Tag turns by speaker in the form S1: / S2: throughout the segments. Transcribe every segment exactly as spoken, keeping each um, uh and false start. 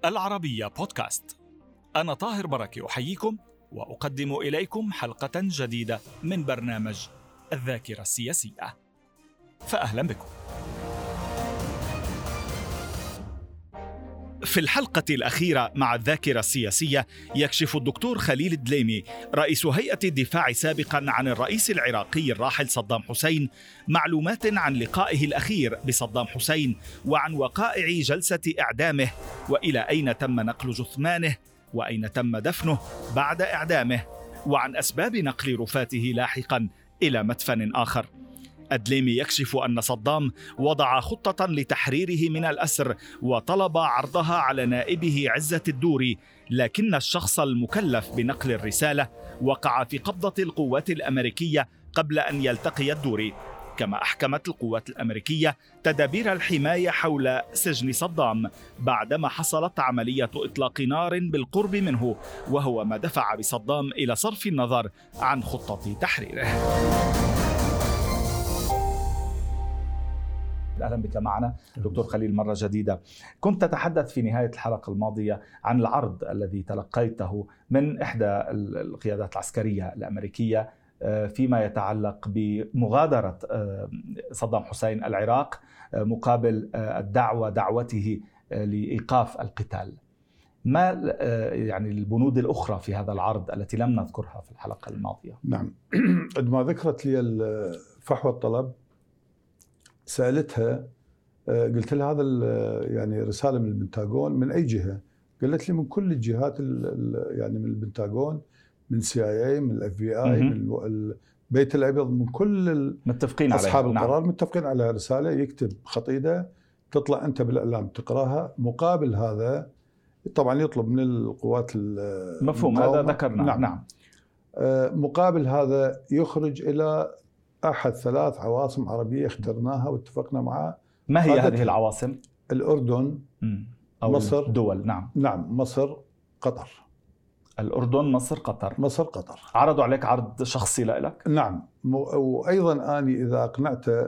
S1: العربية بودكاست. أنا طاهر بركة أحييكم وأقدم إليكم حلقة جديدة من برنامج الذاكرة السياسية، فأهلا بكم. في الحلقة الأخيرة مع الذاكرة السياسية يكشف الدكتور خليل الدليمي رئيس هيئة الدفاع سابقا عن الرئيس العراقي الراحل صدام حسين معلومات عن لقائه الأخير بصدام حسين وعن وقائع جلسة إعدامه وإلى أين تم نقل جثمانه وأين تم دفنه بعد إعدامه وعن أسباب نقل رفاته لاحقا إلى مدفن آخر. الدليمي يكشف أن صدام وضع خطة لتحريره من الأسر وطلب عرضها على نائبه عزة الدوري، لكن الشخص المكلف بنقل الرسالة وقع في قبضة القوات الأمريكية قبل أن يلتقي الدوري، كما أحكمت القوات الأمريكية تدابير الحماية حول سجن صدام بعدما حصلت عملية إطلاق نار بالقرب منه، وهو ما دفع بصدام إلى صرف النظر عن خطة تحريره. أهلا بك معنا دكتور خليل مرة جديدة. كنت تتحدث في نهاية الحلقة الماضية عن العرض الذي تلقيته من إحدى القيادات العسكرية الأمريكية فيما يتعلق بمغادرة صدام حسين العراق مقابل الدعوة دعوته لإيقاف القتال. ما يعني البنود الأخرى في هذا العرض التي لم نذكرها في الحلقة الماضية؟
S2: نعم، عندما ذكرت لي فحوى الطلب سألتها، قلت لها هذا يعني رسالة من البنتاغون من أي جهة؟ قالت لي من كل الجهات، يعني من البنتاغون، من سي آي إيه، من الإف بي آي، من البيت الأبيض، من كل
S1: متفقين
S2: أصحاب
S1: عليها.
S2: القرار.
S1: نعم.
S2: متفقين على رسالة يكتب خطيدة تطلع أنت بالإعلام تقراها. مقابل هذا طبعا يطلب من القوات
S1: مفهوم، هذا ذكرنا.
S2: نعم.
S1: نعم.
S2: مقابل هذا يخرج إلى أحد ثلاث عواصم عربية اخترناها واتفقنا معها.
S1: ما هي هذه العواصم؟
S2: الأردن
S1: أو
S2: مصر
S1: دول. نعم
S2: نعم مصر قطر.
S1: الأردن مصر قطر.
S2: مصر قطر.
S1: عرضوا عليك عرض شخصي لك؟
S2: نعم. وأيضا أني إذا أقنعته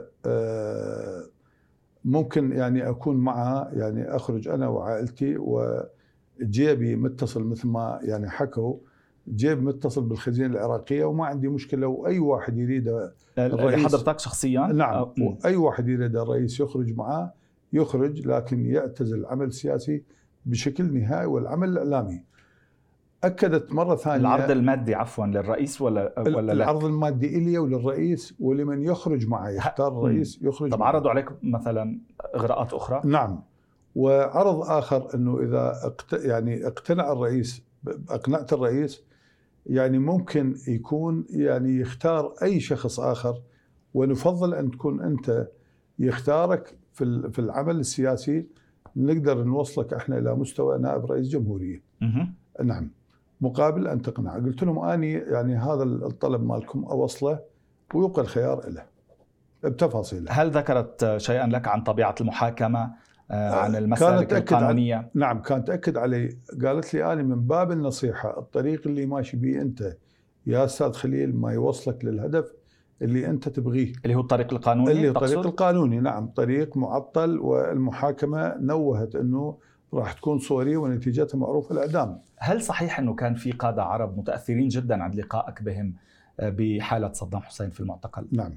S2: ممكن يعني أكون معه، يعني أخرج أنا وعائلتي وجيبي متصل مثل ما يعني حكوا، جيب متصل بالخزينة العراقية وما عندي مشكلة. وأي واحد يريد
S1: الرئيس حضرتك شخصيا؟
S2: نعم. وأي واحد يريد الرئيس يخرج معه يخرج، لكن يعتزل العمل السياسي بشكل نهائي والعمل الإعلامي. أكدت مرة ثانية
S1: العرض المادي عفوا للرئيس ولا ولا
S2: العرض لا؟ المادي إلي وللرئيس ولمن يخرج معه، يختار الرئيس يخرج.
S1: طب عرضوا عليك مثلا إغراءات أخرى؟
S2: نعم. وعرض آخر أنه إذا اقت... يعني اقتنع الرئيس، أقنعت الرئيس، يعني ممكن يكون يعني يختار أي شخص آخر، ونفضل أن تكون أنت يختارك في في العمل السياسي، نقدر نوصلك إحنا إلى مستوى نائب رئيس جمهورية. نعم، مقابل أن تقنع. قلت لهم أني يعني هذا الطلب مالكم أوصله ويبقى الخيار له بتفاصيله.
S1: هل ذكرت شيئا لك عن طبيعة المحاكمة، عن المسالك القانونية؟
S2: عن... نعم، كانت تأكد علي. قالت لي أنا من باب النصيحة، الطريق اللي ماشي بيه أنت يا أستاذ خليل ما يوصلك للهدف اللي أنت تبغيه،
S1: اللي هو الطريق القانوني.
S2: اللي هو الطريق القانوني. نعم، طريق معطل، والمحاكمة نوهت أنه راح تكون صورية ونتيجتها معروفة، الإعدام.
S1: هل صحيح أنه كان في قادة عرب متأثرين جدا عند لقائك بهم بحالة صدام حسين في المعتقل؟
S2: نعم.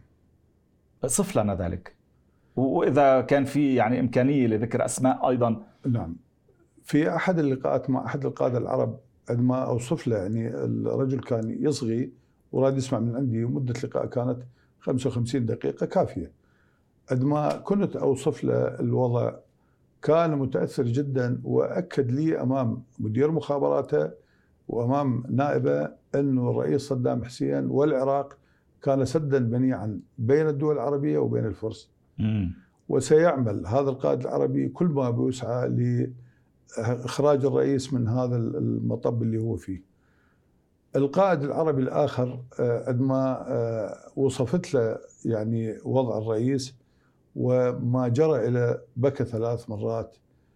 S1: صف لنا ذلك، وإذا كان في يعني إمكانية لذكر أسماء أيضا.
S2: نعم، في أحد اللقاءات مع أحد القادة العرب عندما أوصف له، يعني الرجل كان يصغي وراد يسمع من عندي، ومدة لقاء كانت خمسة وخمسين دقيقة كافية. عندما كنت أوصف له الوضع كان متأثر جدا، وأكد لي أمام مدير مخابراته وأمام نائبه أنه الرئيس صدام حسين والعراق كان سدا منيعا بين الدول العربية وبين الفرس.
S1: مم.
S2: وسيعمل هذا القائد العربي كل ما بيسعى لإخراج الرئيس من هذا المطب اللي هو فيه. القائد العربي الآخر عندما وصفت له يعني وضع الرئيس وما جرى إلى بكى ثلاث مرات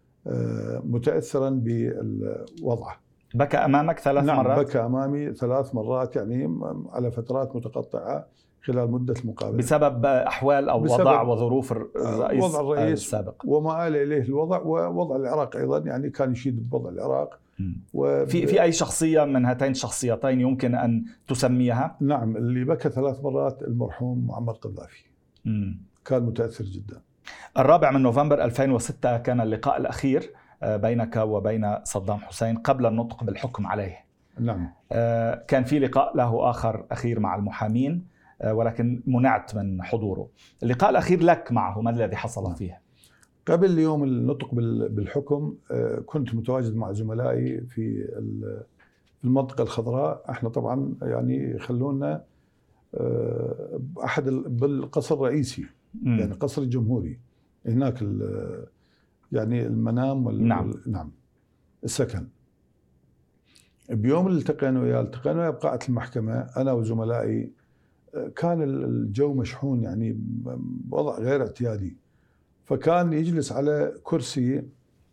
S2: متأثرا بوضعه.
S1: بكى أمامك ثلاث
S2: نعم
S1: مرات؟
S2: بكى أمامي ثلاث مرات، يعني على فترات متقطعة خلال مدة المقابلة
S1: بسبب أحوال أو
S2: بسبب
S1: وضع وظروف الرئيس,
S2: وضع الرئيس
S1: السابق
S2: وما آل إليه الوضع، ووضع العراق أيضا يعني كان يشيد بوضع العراق.
S1: وب... في في أي شخصية من هاتين الشخصيتين يمكن أن تسميها؟
S2: نعم، اللي بكى ثلاث مرات المرحوم معمر قذافي. مم. كان متأثر جدا.
S1: الرابع من نوفمبر ألفين وستة كان اللقاء الأخير بينك وبين صدام حسين قبل النطق بالحكم عليه.
S2: نعم.
S1: كان في لقاء له آخر أخير مع المحامين ولكن منعت من حضوره. اللقاء الأخير لك معه ما الذي حصل
S2: نعم.
S1: فيه؟
S2: قبل يوم النطق بالحكم كنت متواجد مع زملائي في المنطقة الخضراء. احنا طبعا يعني خلونا أحد بالقصر الرئيسي م. يعني قصر الجمهوري هناك يعني المنام وال...
S1: نعم.
S2: نعم السكن. بيوم اللي التقينا وياه التقينا وياه بقاعة المحكمة أنا وزملائي. كان الجو مشحون يعني بوضع غير اعتيادي، فكان يجلس على كرسي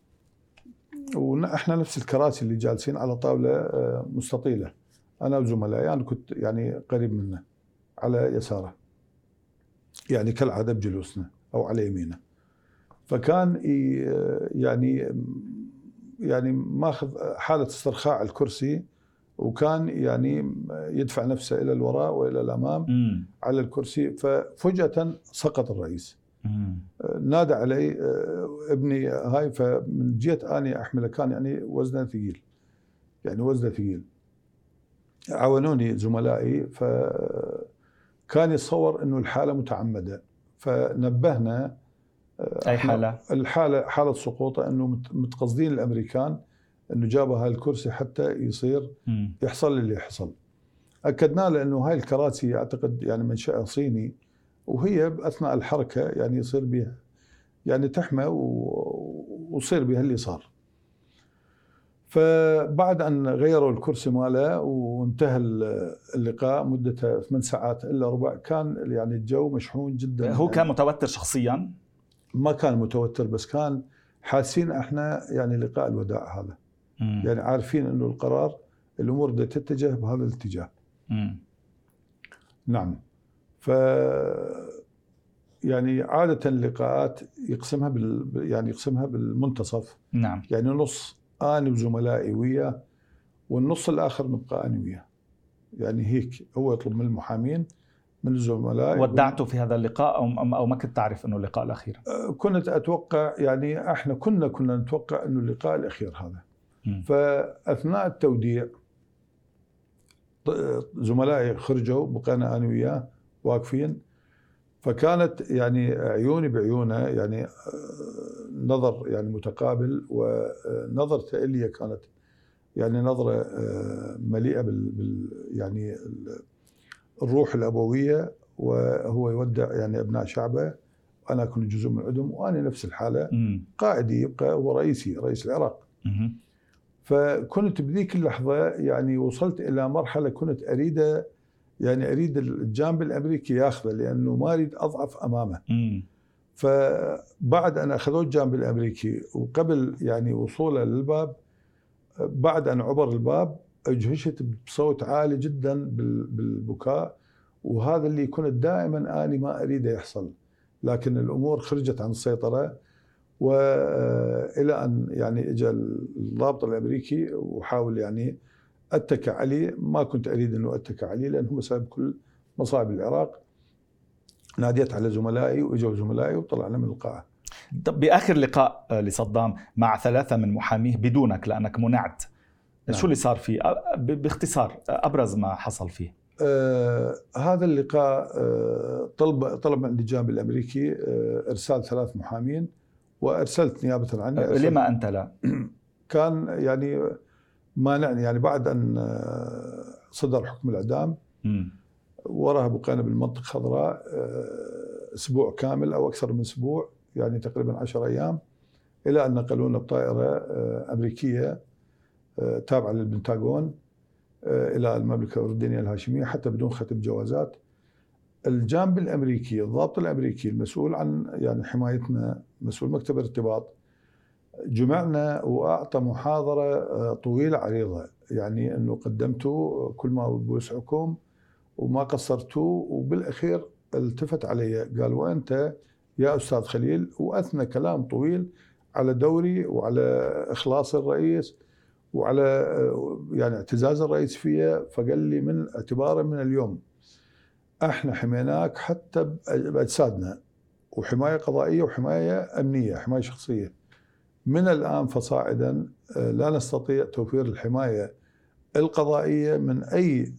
S2: ونحن نفس الكراسي اللي جالسين على طاولة مستطيلة أنا وزملائي. أنا يعني كنت يعني قريب منه على يساره يعني كالعادة بجلوسنا أو على يمينه. فكان يعني يعني ماخذ حالة استرخاء على الكرسي، وكان يعني يدفع نفسه إلى الوراء وإلى الأمام م. على الكرسي. ففجأة سقط الرئيس. م. نادى علي ابني هاي، فمن جيت أني أحمله كان يعني وزنه ثقيل يعني وزنه ثقيل. عاونوني زملائي فكان يتصور إنه الحالة متعمدة، فنبهنا.
S1: أي حالة؟
S2: الحالة حالة سقوطه، إنه متقصدين الأمريكان إنه جابوا هاي الكرسي حتى يصير م. يحصل اللي يحصل. أكدنا له إنه هاي الكراسي أعتقد يعني منشأ صيني، وهي بأثناء الحركة يعني يصير بها يعني تحمى ويصير بها اللي صار. فبعد أن غيروا الكرسي ماله وانتهى اللقاء مدته ثمان ساعات إلا ربع، كان يعني الجو مشحون جدا.
S1: هو كان متوتر شخصيا؟
S2: ما كان متوتر، بس كان حاسين احنا يعني لقاء الوداع هذا. مم. يعني عارفين انه القرار الامور بدها تتجه بهذا الاتجاه. مم. نعم. ف يعني عادة اللقاءات يقسمها بال يعني يقسمها بالمنتصف.
S1: نعم.
S2: يعني نص انا وزملائي وياه، والنص الاخر نبقى انا وياه. يعني هيك هو يطلب من المحامين من الزملاء.
S1: ودعته في هذا اللقاء أو أو ما كنت تعرف إنه اللقاء الأخير؟
S2: كنت أتوقع يعني إحنا كنا كنا نتوقع إنه اللقاء الأخير هذا. م. فأثناء التوديع زملائي خرجوا، بقينا أنا وياه واقفين. فكانت يعني عيوني بعيونه، يعني نظر يعني متقابل، ونظرته إلي كانت يعني نظرة مليئة بال يعني الروح الأبوية، وهو يودع يعني أبناء شعبه، وأنا كنت جزء من عندهم، وأنا نفس الحالة. م. قائدي يبقى هو رئيسي رئيس العراق. م. فكنت بذيك اللحظة يعني وصلت إلى مرحلة كنت أريد يعني أريد الجانب الأمريكي ياخذه، لأنه ما أريد أضعف أمامه. م. فبعد أن أخذوا الجانب الأمريكي وقبل يعني وصوله للباب، بعد أن عبر الباب أجهشت بصوت عالي جدا بالبكاء، وهذا اللي كنت دائما أنا ما أريده يحصل، لكن الأمور خرجت عن السيطرة. وإلى أن يعني إجا الضابط الأمريكي وحاول يعني أتكى عليه. ما كنت أريد أنه أتكى عليه لأنه سبب كل مصائب العراق. ناديت على زملائي وإجوا زملائي وطلعنا من القاعة.
S1: طب بآخر لقاء لصدام مع ثلاثة من محاميه بدونك لأنك منعت، نعم. شو اللي صار فيه باختصار؟ أبرز ما حصل فيه.
S2: آه هذا اللقاء آه طلب طلب من الجانب الأمريكي آه إرسال ثلاث محامين، وأرسلت نيابة عني.
S1: أرسلت لما أنت لا؟
S2: كان يعني مانعني يعني بعد أن صدر حكم الإعدام وراها بقينا بالمنطقة الخضراء أسبوع كامل أو أكثر من أسبوع، يعني تقريبا عشر أيام، إلى أن نقلونا بطائرة أمريكية تابعة للبنتاغون إلى المملكة الأردنية الهاشمية حتى بدون ختم جوازات. الجانب الأمريكي الضابط الأمريكي المسؤول عن يعني حمايتنا، مسؤول مكتب الارتباط، جمعنا وأعطى محاضرة طويلة عريضة، يعني أنه قدمت كل ما بوسعكم وما قصرتوا، وبالأخير التفت علي قال وأنت يا أستاذ خليل، وأثنى كلام طويل على دوري وعلى إخلاص الرئيس وعلى يعني اعتزاز الرئيس فيها. فقال لي من اعتباره من اليوم احنا حميناك حتى بأجسادنا، وحماية قضائية وحماية أمنية، حماية شخصية. من الآن فصاعدا لا نستطيع توفير الحماية القضائية من أي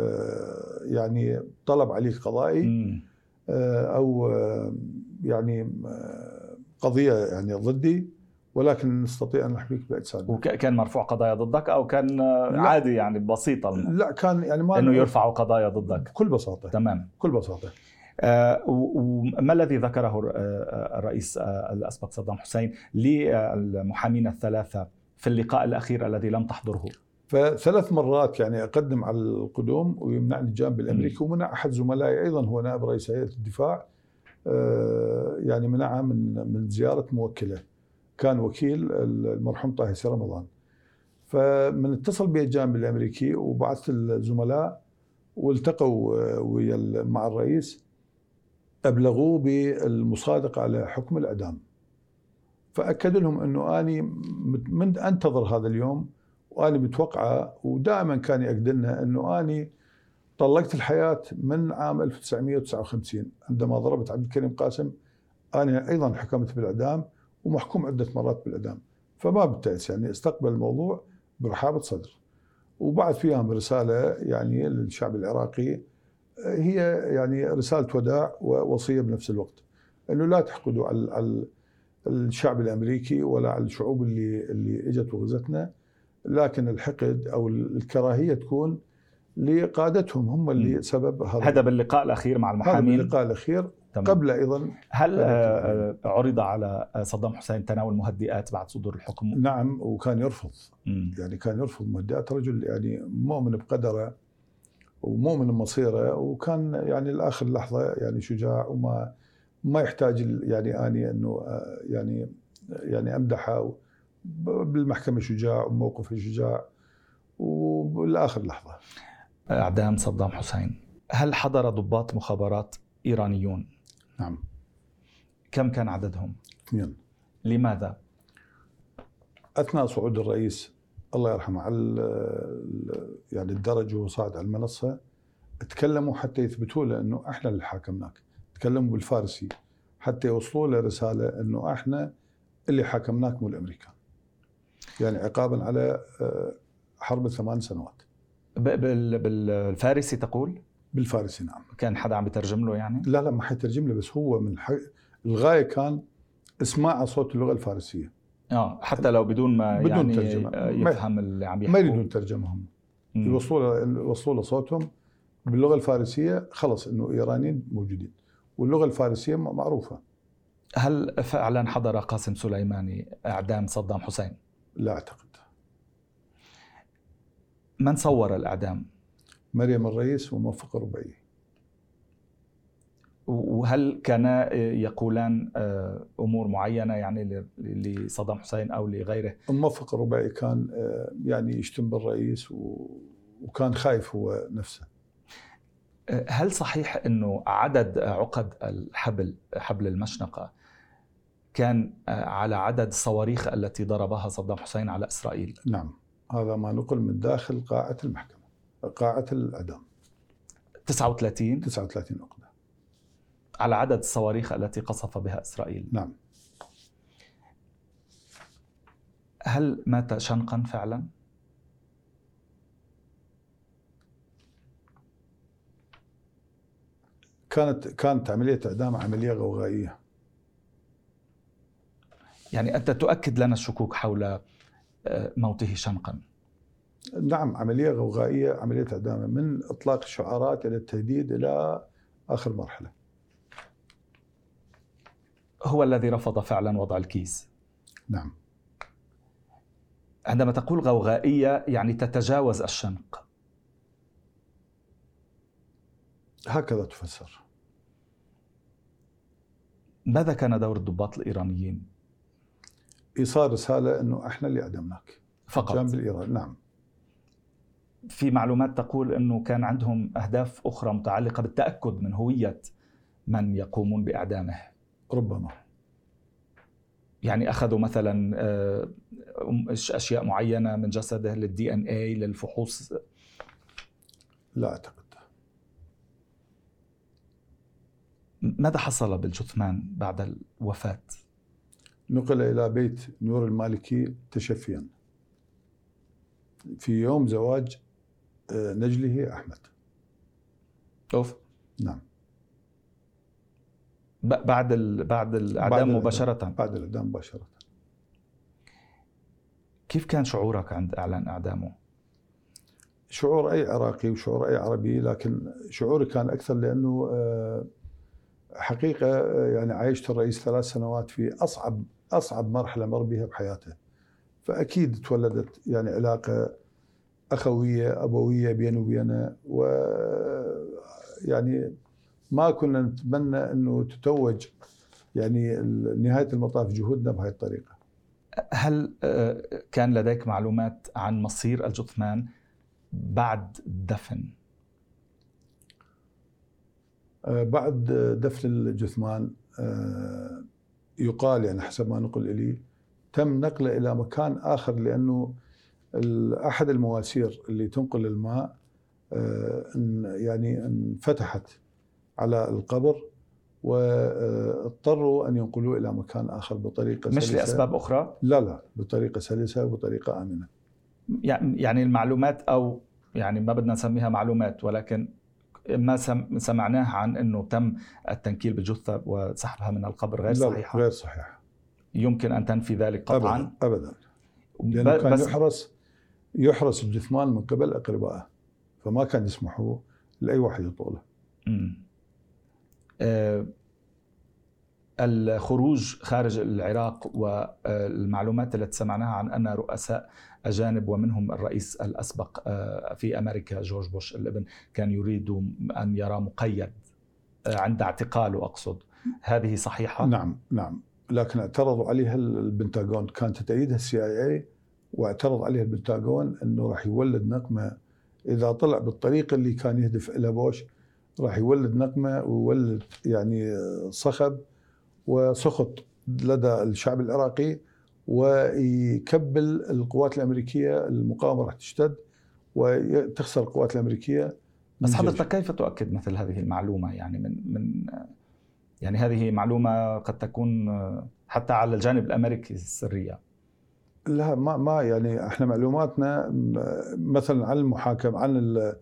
S2: يعني طلب عليك قضائي أو يعني قضية يعني ضدي، ولكن نستطيع أن نحميك بأجسادنا.
S1: وكان مرفوع قضايا ضدك أو كان عادي يعني بسيطة الموضوع؟
S2: لا كان يعني ما
S1: إنه يرفعوا قضايا ضدك
S2: بكل بساطة.
S1: تمام،
S2: بكل بساطة.
S1: آه وما الذي ذكره الرئيس الأسبق صدام حسين للمحامين الثلاثة في اللقاء الأخير الذي لم تحضره؟
S2: فثلاث مرات يعني أقدم على القدوم ويمنعني الجانب الأمريكي، ومنع أحد زملائي أيضا هو نائب رئيس هيئة الدفاع آه يعني منعه من من زيارة موكله، كان وكيل المرحوم طه سي رمضان. فمن اتصل بي الجانب الأمريكي وبعثت الزملاء والتقوا ويا مع الرئيس، أبلغوه بالمصادقة على حكم الإعدام. فأكد لهم أنه أني من أنتظر هذا اليوم وأني متوقعة، ودائما كان يأكد لنا أنه أني طلقت الحياة من عام ألف وتسعمئة وتسعة وخمسين عندما ضربت عبد الكريم قاسم، أنا أيضا حكمت بالإعدام ومحكوم عدة مرات بالإعدام. فما بالتأس يعني استقبل الموضوع برحابة صدر، وبعث فيها رسالة يعني للشعب العراقي، هي يعني رسالة وداع ووصية بنفس الوقت، أنه لا تحقدوا على الشعب الأمريكي ولا على الشعوب اللي اللي اجت وغزتنا، لكن الحقد أو الكراهية تكون لقادتهم، هم اللي سبب هذا.
S1: هذا باللقاء الأخير مع المحامين؟
S2: هذا باللقاء الأخير. تمام. قبل أيضا
S1: هل عرض على صدام حسين تناول مهدئات بعد صدور الحكم؟
S2: نعم، وكان يرفض.
S1: مم.
S2: يعني كان يرفض مهدئات، رجل يعني مؤمن بقدره ومؤمن بمصيره، وكان يعني لآخر لحظة يعني شجاع، وما ما يحتاج يعني أني أنه يعني يعني أمدحه بالمحكمة شجاع وموقفه شجاع وبالآخر لحظة.
S1: إعدام صدام حسين، هل حضر ضباط مخابرات إيرانيون؟
S2: نعم.
S1: كم كان عددهم؟
S2: اثنين.
S1: لماذا؟
S2: أثناء صعود الرئيس الله يرحمه على يعني الدرج وهو صاعد على المنصة، تكلموا حتى يثبتوا له أنه إحنا اللي حاكمناك، تكلموا بالفارسي حتى يوصلوا له رسالة أنه إحنا اللي حاكمناك مو الأمريكان، يعني عقابا على حرب ثمان سنوات.
S1: بالفارسي تقول؟
S2: بالفارسي نعم.
S1: كان حدا عم يترجم له يعني؟
S2: لا لا ما حيترجم له، بس هو من حق الغاية كان اسماع صوت اللغة الفارسية.
S1: اه حتى لو بدون ما
S2: بدون
S1: يعني
S2: ترجمة.
S1: يفهم اللي عم يحكوا،
S2: ما يريدون ترجمة هم، يوصلوا يوصلوا له صوتهم باللغة الفارسية، خلص إنه إيرانيين موجودين واللغة الفارسية معروفة.
S1: هل فعلا حضر قاسم سليماني إعدام صدام حسين؟
S2: لا أعتقد.
S1: من صور الإعدام؟
S2: مريم الرئيس وموفق الربيعي.
S1: وهل كانا يقولان أمور معينة يعني لصدام حسين أو لغيره؟
S2: موفق الربيعي كان يعني يشتم بالرئيس وكان خايف هو نفسه.
S1: هل صحيح أنه عدد عقد الحبل حبل المشنقة كان على عدد الصواريخ التي ضربها صدام حسين على إسرائيل؟
S2: نعم، هذا ما نقل من داخل قاعة المحكمة، قاعة الإعدام.
S1: تسعة وثلاثين
S2: تسعة وثلاثين عقدة
S1: على عدد الصواريخ التي قصف بها إسرائيل.
S2: نعم.
S1: هل مات شنقا فعلا؟
S2: كانت كانت عملية إعدام عملية غوغائية.
S1: يعني أنت تؤكد لنا الشكوك حول موته شنقا.
S2: نعم، عملية غوغائية، عملية إعدام من إطلاق الشعارات إلى التهديد إلى آخر مرحلة.
S1: هو الذي رفض فعلا وضع الكيس؟
S2: نعم.
S1: عندما تقول غوغائية يعني تتجاوز الشنق؟
S2: هكذا تفسر.
S1: ماذا كان دور الضباط الإيرانيين؟
S2: إيصال رسالة أنه إحنا اللي أعدمناك
S1: فقط؟
S2: جانب الإيراني. نعم.
S1: في معلومات تقول أنه كان عندهم أهداف أخرى متعلقة بالتأكد من هوية من يقومون بإعدامه.
S2: ربما
S1: يعني أخذوا مثلا أشياء معينة من جسده للدي إن إيه للفحوص.
S2: لا أعتقد.
S1: ماذا حصل بالجثمان بعد الوفاة؟
S2: نقل إلى بيت نور المالكي تشفيا في يوم زواج نجله أحمد.
S1: أوف.
S2: نعم.
S1: بعد ال... بعد الإعدام مباشرة.
S2: بعد الإعدام مباشرة.
S1: كيف كان شعورك عند إعلان إعدامه؟
S2: شعور أي عراقي وشعور أي عربي، لكن شعوري كان أكثر لأنه حقيقة يعني عايشت الرئيس ثلاث سنوات في أصعب أصعب مرحلة مر بها بحياته، فأكيد تولدت يعني علاقة أخوية أبوية بينه وبينه، ويعني ما كنا نتمنى أنه تتوج يعني نهاية المطاف جهودنا بهذه الطريقة.
S1: هل كان لديك معلومات عن مصير الجثمان بعد الدفن؟
S2: بعد دفن الجثمان يقال يعني حسب ما نقل إلي تم نقله إلى مكان آخر، لأنه أحد المواسير اللي تنقل الماء يعني انفتحت على القبر، واضطروا أن ينقلوه إلى مكان آخر بطريقة
S1: مش
S2: سلسة.
S1: لأسباب أخرى؟
S2: لا لا بطريقة سلسة وبطريقة آمنة.
S1: يعني المعلومات، أو يعني ما بدنا نسميها معلومات، ولكن ما سمعناه عن أنه تم التنكيل بالجثة وسحبها من القبر غير صحيحة.
S2: غير صحيحة.
S1: يمكن أن تنفي ذلك قطعا؟
S2: أبدا, أبداً. لأنه كان يحرس يحرس الجثمان من قبل أقربائه، فما كان يسمحوا لأي واحد يطوله.
S1: أه الخروج خارج العراق والمعلومات التي سمعناها عن أن رؤساء أجانب ومنهم الرئيس الأسبق في أمريكا جورج بوش الابن كان يريد أن يرى مقيد عند اعتقاله، أقصد، هذه صحيحة؟
S2: نعم نعم، لكن اعترضوا عليها البنتاغون، كانت تأييدها السي آي إيه واعترض عليها البنتاغون أنه راح يولد نقمة إذا طلع بالطريقة اللي كان يهدف إلى بوش، راح يولد نقمة ويولد يعني صخب وسخط لدى الشعب العراقي، ويكبل القوات الأمريكية، المقاومة راح تشتد وتخسر القوات الأمريكية.
S1: بس حضرتك كيف تؤكد مثل هذه المعلومة؟ يعني من من يعني هذه معلومة قد تكون حتى على الجانب الأمريكي السرية.
S2: لا ما ما يعني احنا معلوماتنا مثلا عن المحاكم، عن ال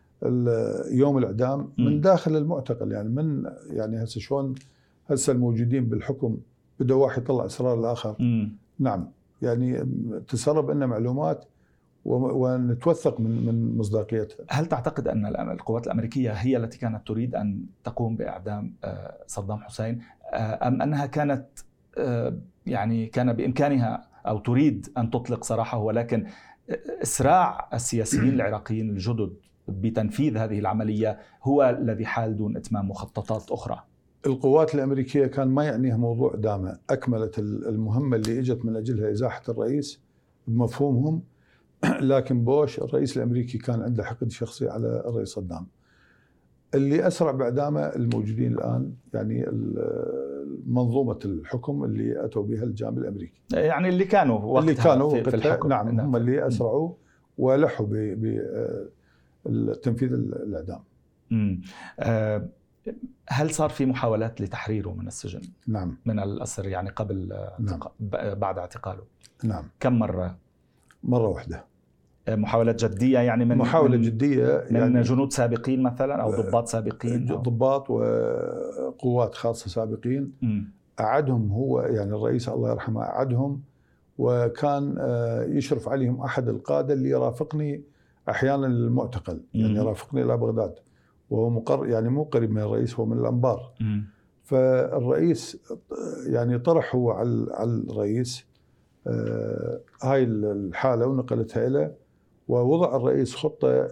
S2: يوم الإعدام من داخل المعتقل، يعني من يعني هسه شلون هسه الموجودين بالحكم بدأ واحد يطلع أسرار الآخر.
S1: م.
S2: نعم، يعني تسرب لنا معلومات ونتوثق من من مصداقيتها.
S1: هل تعتقد أن القوات الأمريكية هي التي كانت تريد أن تقوم بإعدام صدام حسين، أم أنها كانت يعني كان بإمكانها أو تريد أن تطلق سراحه، ولكن إسراع السياسيين العراقيين الجدد بتنفيذ هذه العملية هو الذي حال دون إتمام مخططات أخرى؟
S2: القوات الأمريكية كان ما يعنيها موضوع دامة، أكملت المهمة اللي إجت من أجلها إزاحة الرئيس بمفهومهم، لكن بوش الرئيس الأمريكي كان عنده حقد شخصي على الرئيس صدام. اللي أسرع بإعدامه الموجودين الآن، يعني منظومة الحكم اللي أتوا بها الجانب الأمريكي،
S1: يعني اللي كانوا وقتها
S2: اللي كانوا
S1: في, في الحكم.
S2: نعم، هم اللي أسرعوا ولحوا بتنفيذ الإعدام.
S1: أه هل صار في محاولات لتحريره من السجن؟
S2: نعم.
S1: من الأسر يعني قبل
S2: نعم.
S1: بعد اعتقاله؟
S2: نعم.
S1: كم مرة؟
S2: مرة واحدة.
S1: محاولات جدية يعني من
S2: محاولة
S1: من
S2: جدية
S1: من
S2: يعني
S1: جنود سابقين مثلا أو ضباط سابقين؟ أو
S2: ضباط وقوات خاصة سابقين.
S1: م.
S2: أعدهم هو يعني الرئيس الله يرحمه أعدهم، وكان يشرف عليهم أحد القادة اللي يرافقني أحيانا للمعتقل، يعني يرافقني إلى بغداد، وهو مقر يعني مو قريب من الرئيس، هو من الأنبار.
S1: م.
S2: فالرئيس يعني طرح هو على الرئيس هاي الحالة ونقلتها إليه، ووضع الرئيس خطة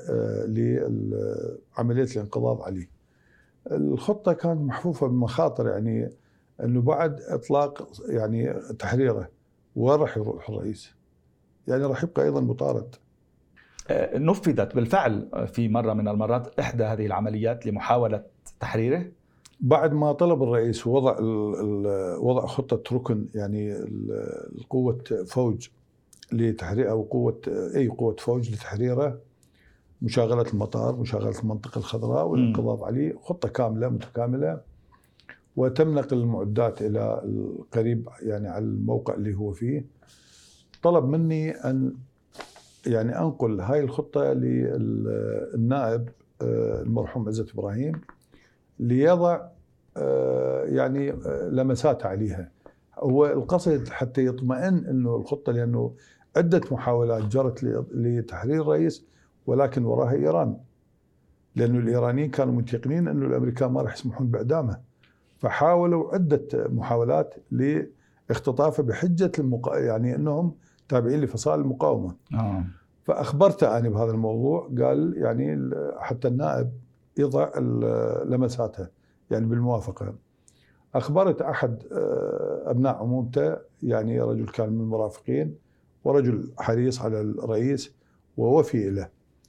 S2: لعملية الانقضاض عليه. الخطة كانت محفوفة بمخاطر، يعني أنه بعد إطلاق يعني تحريره وين راح يروح الرئيس؟ يعني راح يبقى أيضا مطارد.
S1: نفذت بالفعل في مرة من المرات إحدى هذه العمليات لمحاولة تحريره؟
S2: بعد ما طلب الرئيس وضع وضع خطة ركن، يعني القوة فوج لتحرير أو قوة أي قوة فوج لتحريره، مشاغلة المطار، مشاغلة المنطقة الخضراء والانقضاض عليه، خطة كاملة متكاملة، وتم نقل المعدات إلى القريب يعني على الموقع اللي هو فيه. طلب مني أن يعني أنقل هاي الخطة للنائب المرحوم عزت إبراهيم ليضع يعني لمسات عليها. هو القصد حتى يطمئن أنه الخطة، لأنه عدة محاولات جرت لتحرير الرئيس لاكن وراها إيران، لأنه الإيرانيين كانوا متيقنين أنه الأمريكان ما راح يسمحون بإعدامه، فحاولوا عدة محاولات لاختطافه بحجة المقا... يعني أنهم تابعين لفصائل المقاومة.
S1: آه.
S2: فأخبرته أنا بهذا الموضوع، قال يعني حتى النائب يضع لمساته يعني بالموافقة. أخبرت أحد أبناء عمومته، يعني رجل كان من المرافقين ورجل حريص على الرئيس ووفي له،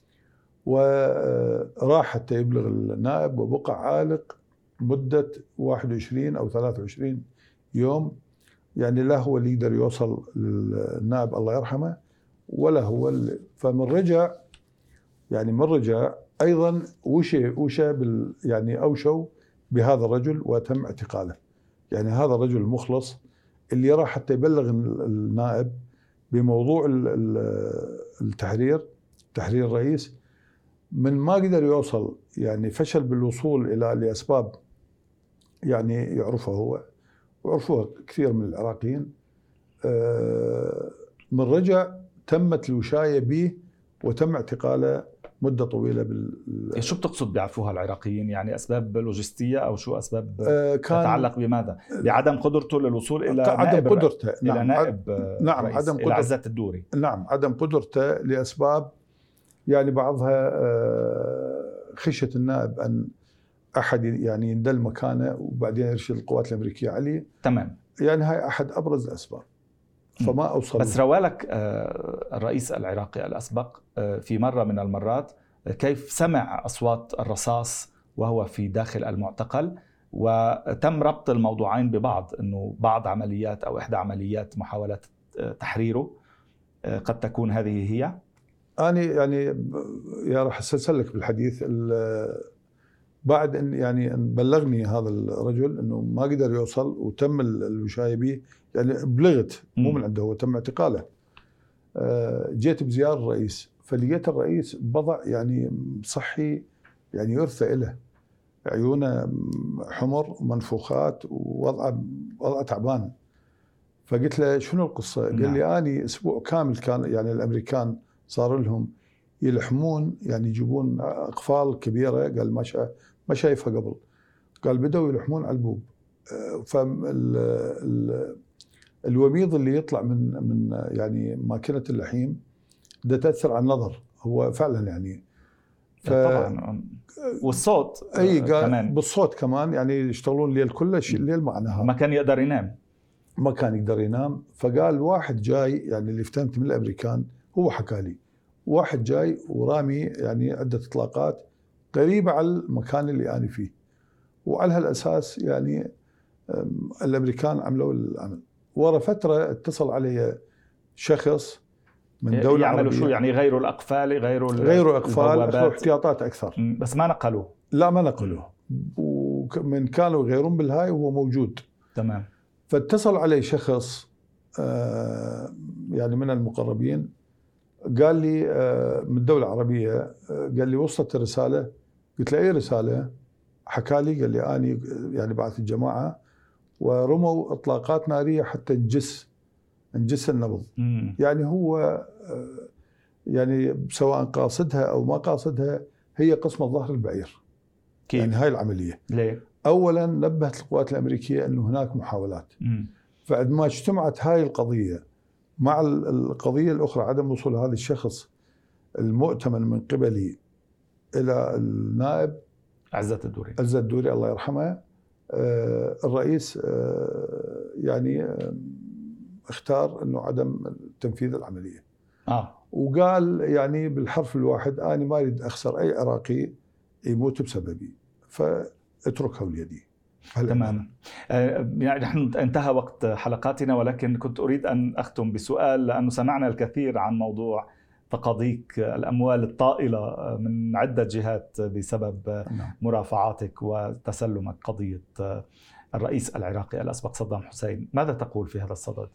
S2: وراح حتى يبلغ النائب، وبقى عالق مدة واحد وعشرين أو ثلاثة وعشرين يوم، يعني لا هو اللي يقدر يوصل للنائب الله يرحمه ولا هو اللي. فمن رجع يعني من رجع أيضا وشى وشى بال يعني أوشوا بهذا الرجل وتم اعتقاله. يعني هذا الرجل المخلص اللي راح حتى يبلغ النائب بموضوع التحرير تحرير الرئيس، من ما قدر يوصل، يعني فشل بالوصول إلى لأسباب يعني يعرفها هو ويعرفوها كثير من العراقيين. من رجع تمت الوشاية به وتم اعتقاله مدة طويلة. بال
S1: شو بتقصد بيعرفوها العراقيين؟ يعني أسباب لوجستية أو شو أسباب
S2: آه
S1: تتعلق بماذا؟ بعدم قدرته للوصول إلى
S2: عدم
S1: نائب
S2: قدرته
S1: إلى
S2: نعم
S1: نائب
S2: نعم
S1: رئيس
S2: عدم
S1: إلى عزت الدوري.
S2: نعم عدم قدرته لأسباب، يعني بعضها خشية النائب أن أحد يعني يندل مكانه وبعدين يرشد القوات الأمريكية عليه.
S1: تمام.
S2: يعني هاي أحد أبرز الأسباب. فما أوصل.
S1: بس روالك الرئيس العراقي الأسبق في مرة من المرات كيف سمع أصوات الرصاص وهو في داخل المعتقل، وتم ربط الموضوعين ببعض، أنه بعض عمليات أو إحدى عمليات محاولات تحريره قد تكون هذه هي.
S2: أنا يعني يا راح أسلسلك بالحديث. بعد أن يعني أن بلغني هذا الرجل أنه ما قدر يوصل وتم الوشاية به، يعني بلغت مو من عنده، هو تم اعتقاله. جيت بزيارة الرئيس، فلقيت الرئيس بضع يعني صحي يعني يرثى إله، عيونه حمر منفوخات ووضعه وضعه تعبان. فقلت له شنو القصة؟ قال
S1: نعم.
S2: لي أني أسبوع كامل كان يعني الأمريكان صار لهم يلحمون، يعني يجيبون أقفال كبيرة، قال ما شا ما شايفها قبل، قال بدأوا يلحمون على البوب. فالوميض اللي يطلع من من يعني ماكينة اللحيم ده تأثر على النظر، هو فعلا يعني
S1: ف... طبعا. والصوت
S2: أي
S1: كمان،
S2: بالصوت كمان، يعني يشتغلون الليل كله الليل معناها
S1: ما كان يقدر ينام
S2: ما كان يقدر ينام. فقال واحد جاي، يعني اللي فهمت من الأمريكان هو حكى لي، واحد جاي ورامي يعني عدة إطلاقات قريبة على المكان اللي أنا فيه، وعلى هالأساس يعني الأمريكان عملوا العمل. ورا فترة اتصل علي شخص من دولة
S1: يعملوا
S2: عربية.
S1: شو يعني؟ غيروا الأقفال، غيروا
S2: غيروا الأقفال، أخذوا احتياطات أكثر.
S1: بس ما نقلوه.
S2: لا ما نقلوه، ومن كانوا يغيرون بالهاي وهو موجود.
S1: تمام.
S2: فاتصل علي شخص يعني من المقربين، قال لي من الدولة العربية، قال لي وصلت الرسالة. قلت له أي رسالة؟ حكى لي، قال لي أني يعني بعث الجماعة ورموا إطلاقات نارية حتى نجس نجس النبض.
S1: مم.
S2: يعني هو يعني سواء قاصدها أو ما قاصدها، هي قسم الظهر البعير.
S1: كيف؟
S2: يعني هاي العملية.
S1: ليه؟
S2: أولا نبهت القوات الأمريكية أنه هناك محاولات. فعندما اجتمعت هاي القضية مع القضية الأخرى، عدم وصول هذا الشخص المؤتمن من قبلي إلى النائب
S1: عزت الدوري
S2: عزت الدوري الله يرحمه، الرئيس يعني اختار أنه عدم تنفيذ العملية.
S1: آه.
S2: وقال يعني بالحرف الواحد أنا ما أريد أخسر أي عراقي يموت بسببي، فاتركه ليدي.
S1: تماما. يعني نحن انتهى وقت حلقاتنا، ولكن كنت أريد أن أختم بسؤال، لأنه سمعنا الكثير عن موضوع تقاضيك الأموال الطائلة من عدة جهات بسبب مرافعاتك وتسلمك قضية الرئيس العراقي الأسبق صدام حسين. ماذا تقول في هذا الصدد؟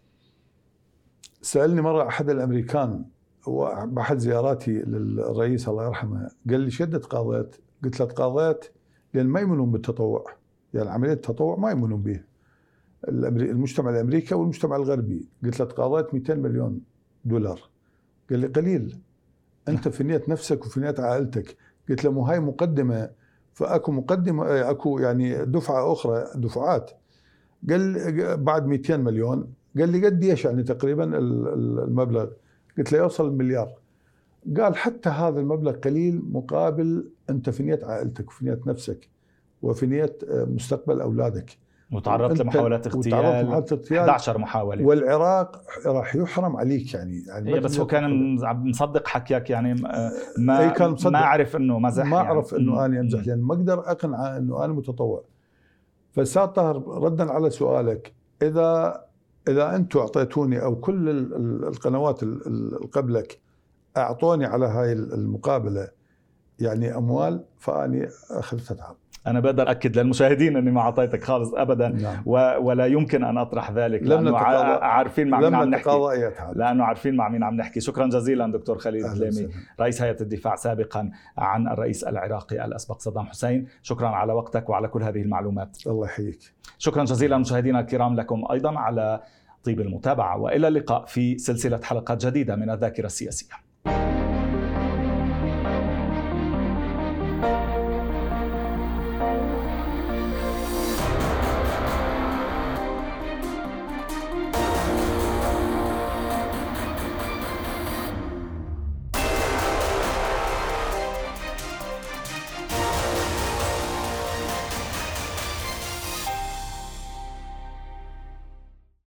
S2: سألني مرة أحد الأمريكان وبأحد زياراتي للرئيس الله يرحمه، قال لي شدة تقاضيت؟ قلت له تقاضيت لأن ما يؤمنون بالتطوع، يعني عملية التطوع ما يؤمنون به المجتمع الأمريكي والمجتمع الغربي. قلت له تقاضيت مئتين مليون دولار. قال لي قليل، أنت في نية نفسك وفي نية عائلتك. قلت له مو هاي مقدمة، فأكو مقدمة أكو يعني دفعة أخرى دفعات. قال بعد مئتين مليون. قال لي قد ايش يعني تقريبا المبلغ؟ قلت له يوصل المليار. قال حتى هذا المبلغ قليل مقابل أنت في نية عائلتك وفي نية نفسك وفي نية مستقبل أولادك.
S1: وتعرضت لمحاولات اغتيال، إحدى عشرة محاولة،
S2: والعراق راح يحرم عليك يعني, يعني
S1: بس هو كان مصدق حكيك يعني ما كان مصدق. ما أعرف إنه مزح،
S2: ما أعرف يعني إنه أنا أمزح، لأن ما أقدر أقنع إنه أنا متطوع. فأستاذ طاهر ردا على سؤالك، إذا إذا أنتم أعطيتوني أو كل القنوات اللي قبلك أعطوني على هاي المقابلة يعني أموال، فأني أخذت أتعب.
S1: أنا بقدر أكد للمشاهدين أني ما أعطيتك خالص أبدا. نعم. ولا يمكن أن أطرح ذلك، لأنه عارفين مع مين عم نحكي، لأنه عارفين مع مين عم نحكي. شكرا جزيلا دكتور خليل الدليمي، رئيس هيئة الدفاع سابقا عن الرئيس العراقي الأسبق صدام حسين. شكرا على وقتك وعلى كل هذه المعلومات.
S2: الله يحييك.
S1: شكرا جزيلا مشاهدينا الكرام لكم أيضا على طيب المتابعة، وإلى اللقاء في سلسلة حلقات جديدة من الذاكرة السياسية.